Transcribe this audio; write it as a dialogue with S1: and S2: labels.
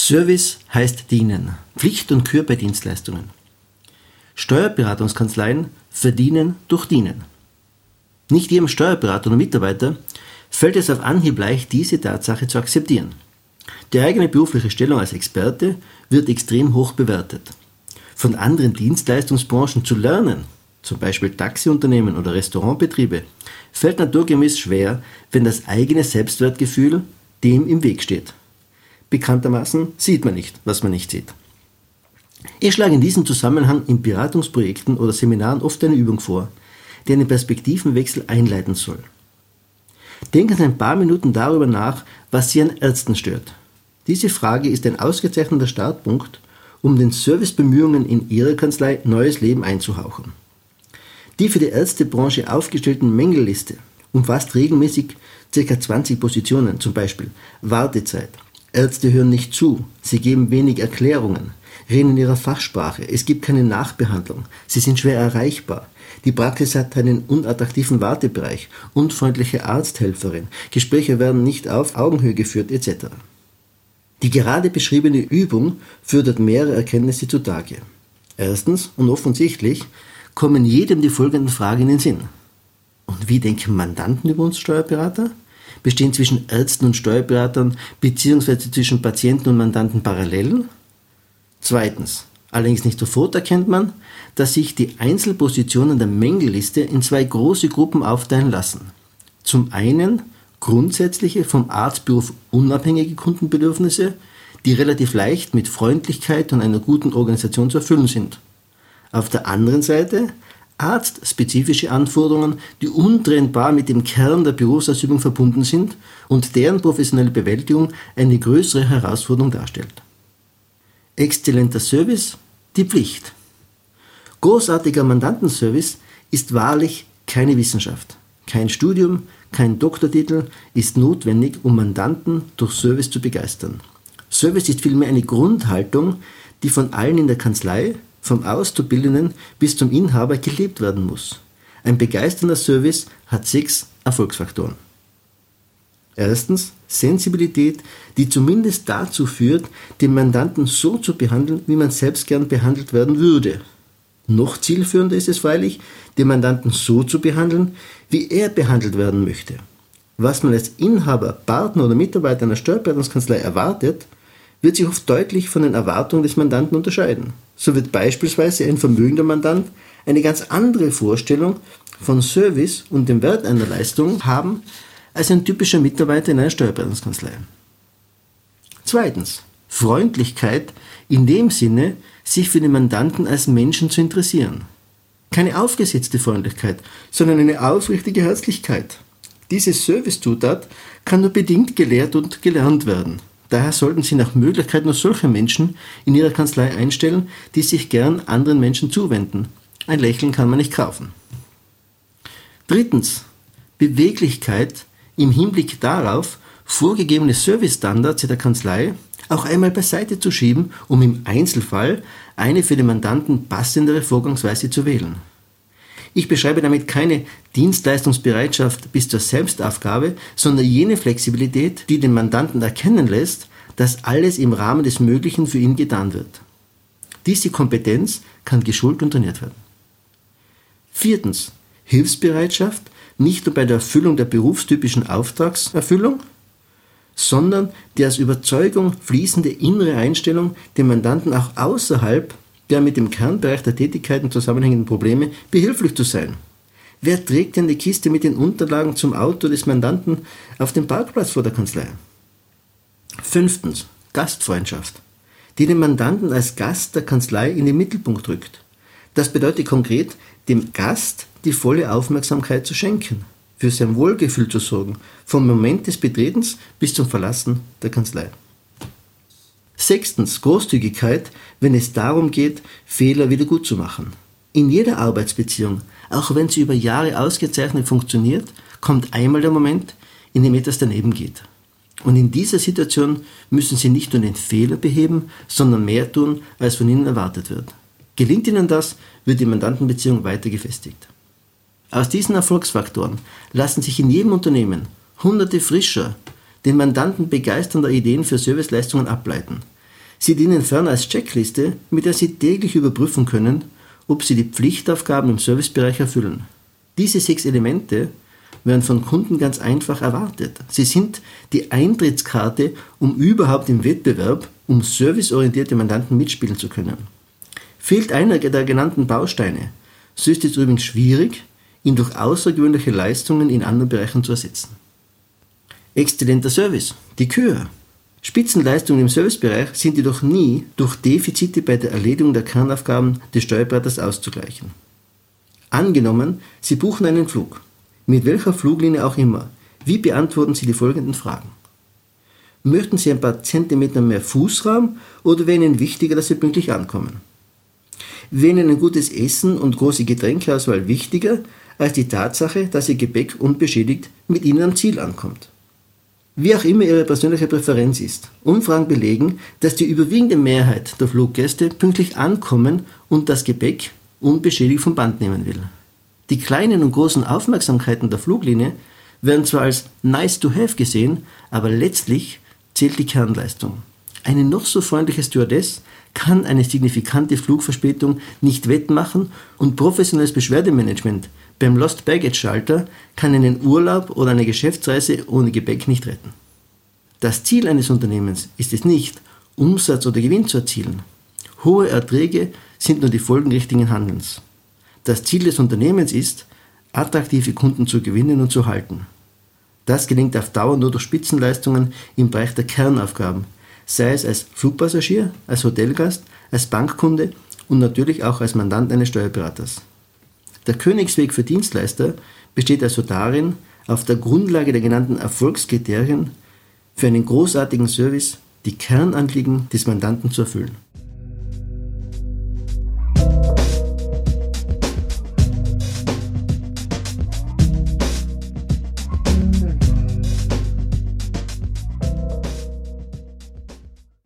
S1: Service heißt dienen. Pflicht und Kür bei Dienstleistungen. Steuerberatungskanzleien verdienen durch Dienen. Nicht jedem Steuerberater oder Mitarbeiter fällt es auf Anhieb leicht, diese Tatsache zu akzeptieren. Die eigene berufliche Stellung als Experte wird extrem hoch bewertet. Von anderen Dienstleistungsbranchen zu lernen, zum Beispiel Taxiunternehmen oder Restaurantbetriebe, fällt naturgemäß schwer, wenn das eigene Selbstwertgefühl dem im Weg steht. Bekanntermaßen sieht man nicht, was man nicht sieht. Ich schlage in diesem Zusammenhang in Beratungsprojekten oder Seminaren oft eine Übung vor, die einen Perspektivenwechsel einleiten soll. Denken Sie ein paar Minuten darüber nach, was Sie an Ärzten stört. Diese Frage ist ein ausgezeichneter Startpunkt, um den Servicebemühungen in Ihrer Kanzlei neues Leben einzuhauchen. Die für die Ärztebranche aufgestellten Mängelliste umfasst regelmäßig ca. 20 Positionen, zum Beispiel Wartezeit. Ärzte hören nicht zu, sie geben wenig Erklärungen, reden in ihrer Fachsprache, es gibt keine Nachbehandlung, sie sind schwer erreichbar. Die Praxis hat einen unattraktiven Wartebereich, unfreundliche Arzthelferin, Gespräche werden nicht auf Augenhöhe geführt etc. Die gerade beschriebene Übung fördert mehrere Erkenntnisse zutage. Erstens und offensichtlich kommen jedem die folgenden Fragen in den Sinn. Und wie denken Mandanten über uns Steuerberater? Bestehen zwischen Ärzten und Steuerberatern bzw. zwischen Patienten und Mandanten Parallelen? Zweitens, allerdings nicht sofort erkennt man, dass sich die Einzelpositionen der Mängelliste in zwei große Gruppen aufteilen lassen. Zum einen grundsätzliche, vom Arztberuf unabhängige Kundenbedürfnisse, die relativ leicht mit Freundlichkeit und einer guten Organisation zu erfüllen sind. Auf der anderen Seite arztspezifische Anforderungen, die untrennbar mit dem Kern der Berufsausübung verbunden sind und deren professionelle Bewältigung eine größere Herausforderung darstellt. Exzellenter Service, die Pflicht. Großartiger Mandantenservice ist wahrlich keine Wissenschaft. Kein Studium, kein Doktortitel ist notwendig, um Mandanten durch Service zu begeistern. Service ist vielmehr eine Grundhaltung, die von allen in der Kanzlei, vom Auszubildenden bis zum Inhaber gelebt werden muss. Ein begeisternder Service hat 6 Erfolgsfaktoren. Erstens, Sensibilität, die zumindest dazu führt, den Mandanten so zu behandeln, wie man selbst gern behandelt werden würde. Noch zielführender ist es freilich, den Mandanten so zu behandeln, wie er behandelt werden möchte. Was man als Inhaber, Partner oder Mitarbeiter einer Steuerberatungskanzlei erwartet, wird sich oft deutlich von den Erwartungen des Mandanten unterscheiden. So wird beispielsweise ein vermögender Mandant eine ganz andere Vorstellung von Service und dem Wert einer Leistung haben, als ein typischer Mitarbeiter in einer Steuerberatungskanzlei. Zweitens, Freundlichkeit in dem Sinne, sich für den Mandanten als Menschen zu interessieren. Keine aufgesetzte Freundlichkeit, sondern eine aufrichtige Herzlichkeit. Diese Service-Zutat kann nur bedingt gelehrt und gelernt werden. Daher sollten Sie nach Möglichkeit nur solche Menschen in Ihrer Kanzlei einstellen, die sich gern anderen Menschen zuwenden. Ein Lächeln kann man nicht kaufen. Drittens, Beweglichkeit im Hinblick darauf, vorgegebene Servicestandards in der Kanzlei auch einmal beiseite zu schieben, um im Einzelfall eine für den Mandanten passendere Vorgangsweise zu wählen. Ich beschreibe damit keine Dienstleistungsbereitschaft bis zur Selbstaufgabe, sondern jene Flexibilität, die den Mandanten erkennen lässt, dass alles im Rahmen des Möglichen für ihn getan wird. Diese Kompetenz kann geschult und trainiert werden. Viertens, Hilfsbereitschaft, nicht nur bei der Erfüllung der berufstypischen Auftragserfüllung, sondern die aus Überzeugung fließende innere Einstellung, dem Mandanten auch außerhalb der mit dem Kernbereich der Tätigkeiten zusammenhängenden Probleme behilflich zu sein. Wer trägt denn die Kiste mit den Unterlagen zum Auto des Mandanten auf dem Parkplatz vor der Kanzlei? Fünftens, Gastfreundschaft, die den Mandanten als Gast der Kanzlei in den Mittelpunkt rückt. Das bedeutet konkret, dem Gast die volle Aufmerksamkeit zu schenken, für sein Wohlgefühl zu sorgen, vom Moment des Betretens bis zum Verlassen der Kanzlei. Sechstens, Großzügigkeit, wenn es darum geht, Fehler wieder gut zu machen. In jeder Arbeitsbeziehung, auch wenn sie über Jahre ausgezeichnet funktioniert, kommt einmal der Moment, in dem etwas daneben geht. Und in dieser Situation müssen Sie nicht nur den Fehler beheben, sondern mehr tun, als von Ihnen erwartet wird. Gelingt Ihnen das, wird die Mandantenbeziehung weiter gefestigt. Aus diesen Erfolgsfaktoren lassen sich in jedem Unternehmen Hunderte frischer, den Mandanten begeisternder Ideen für Serviceleistungen ableiten. Sie dienen ferner als Checkliste, mit der Sie täglich überprüfen können, ob Sie die Pflichtaufgaben im Servicebereich erfüllen. Diese 6 Elemente werden von Kunden ganz einfach erwartet. Sie sind die Eintrittskarte, um überhaupt im Wettbewerb um serviceorientierte Mandanten mitspielen zu können. Fehlt einer der genannten Bausteine, so ist es übrigens schwierig, ihn durch außergewöhnliche Leistungen in anderen Bereichen zu ersetzen. Exzellenter Service, die Kür. Spitzenleistungen im Servicebereich sind jedoch nie durch Defizite bei der Erledigung der Kernaufgaben des Steuerberaters auszugleichen. Angenommen, Sie buchen einen Flug. Mit welcher Fluglinie auch immer. Wie beantworten Sie die folgenden Fragen? Möchten Sie ein paar Zentimeter mehr Fußraum oder wäre Ihnen wichtiger, dass Sie pünktlich ankommen? Wäre Ihnen ein gutes Essen und große Getränkeauswahl wichtiger als die Tatsache, dass Ihr Gepäck unbeschädigt mit Ihnen am Ziel ankommt? Wie auch immer Ihre persönliche Präferenz ist, Umfragen belegen, dass die überwiegende Mehrheit der Fluggäste pünktlich ankommen und das Gepäck unbeschädigt vom Band nehmen will. Die kleinen und großen Aufmerksamkeiten der Fluglinie werden zwar als nice to have gesehen, aber letztlich zählt die Kernleistung. Eine noch so freundliche Stewardess kann eine signifikante Flugverspätung nicht wettmachen und professionelles Beschwerdemanagement beim Lost Baggage Schalter kann einen Urlaub oder eine Geschäftsreise ohne Gepäck nicht retten. Das Ziel eines Unternehmens ist es nicht, Umsatz oder Gewinn zu erzielen. Hohe Erträge sind nur die Folgen richtigen Handelns. Das Ziel des Unternehmens ist, attraktive Kunden zu gewinnen und zu halten. Das gelingt auf Dauer nur durch Spitzenleistungen im Bereich der Kernaufgaben, sei es als Flugpassagier, als Hotelgast, als Bankkunde und natürlich auch als Mandant eines Steuerberaters. Der Königsweg für Dienstleister besteht also darin, auf der Grundlage der genannten Erfolgskriterien für einen großartigen Service die Kernanliegen des Mandanten zu erfüllen.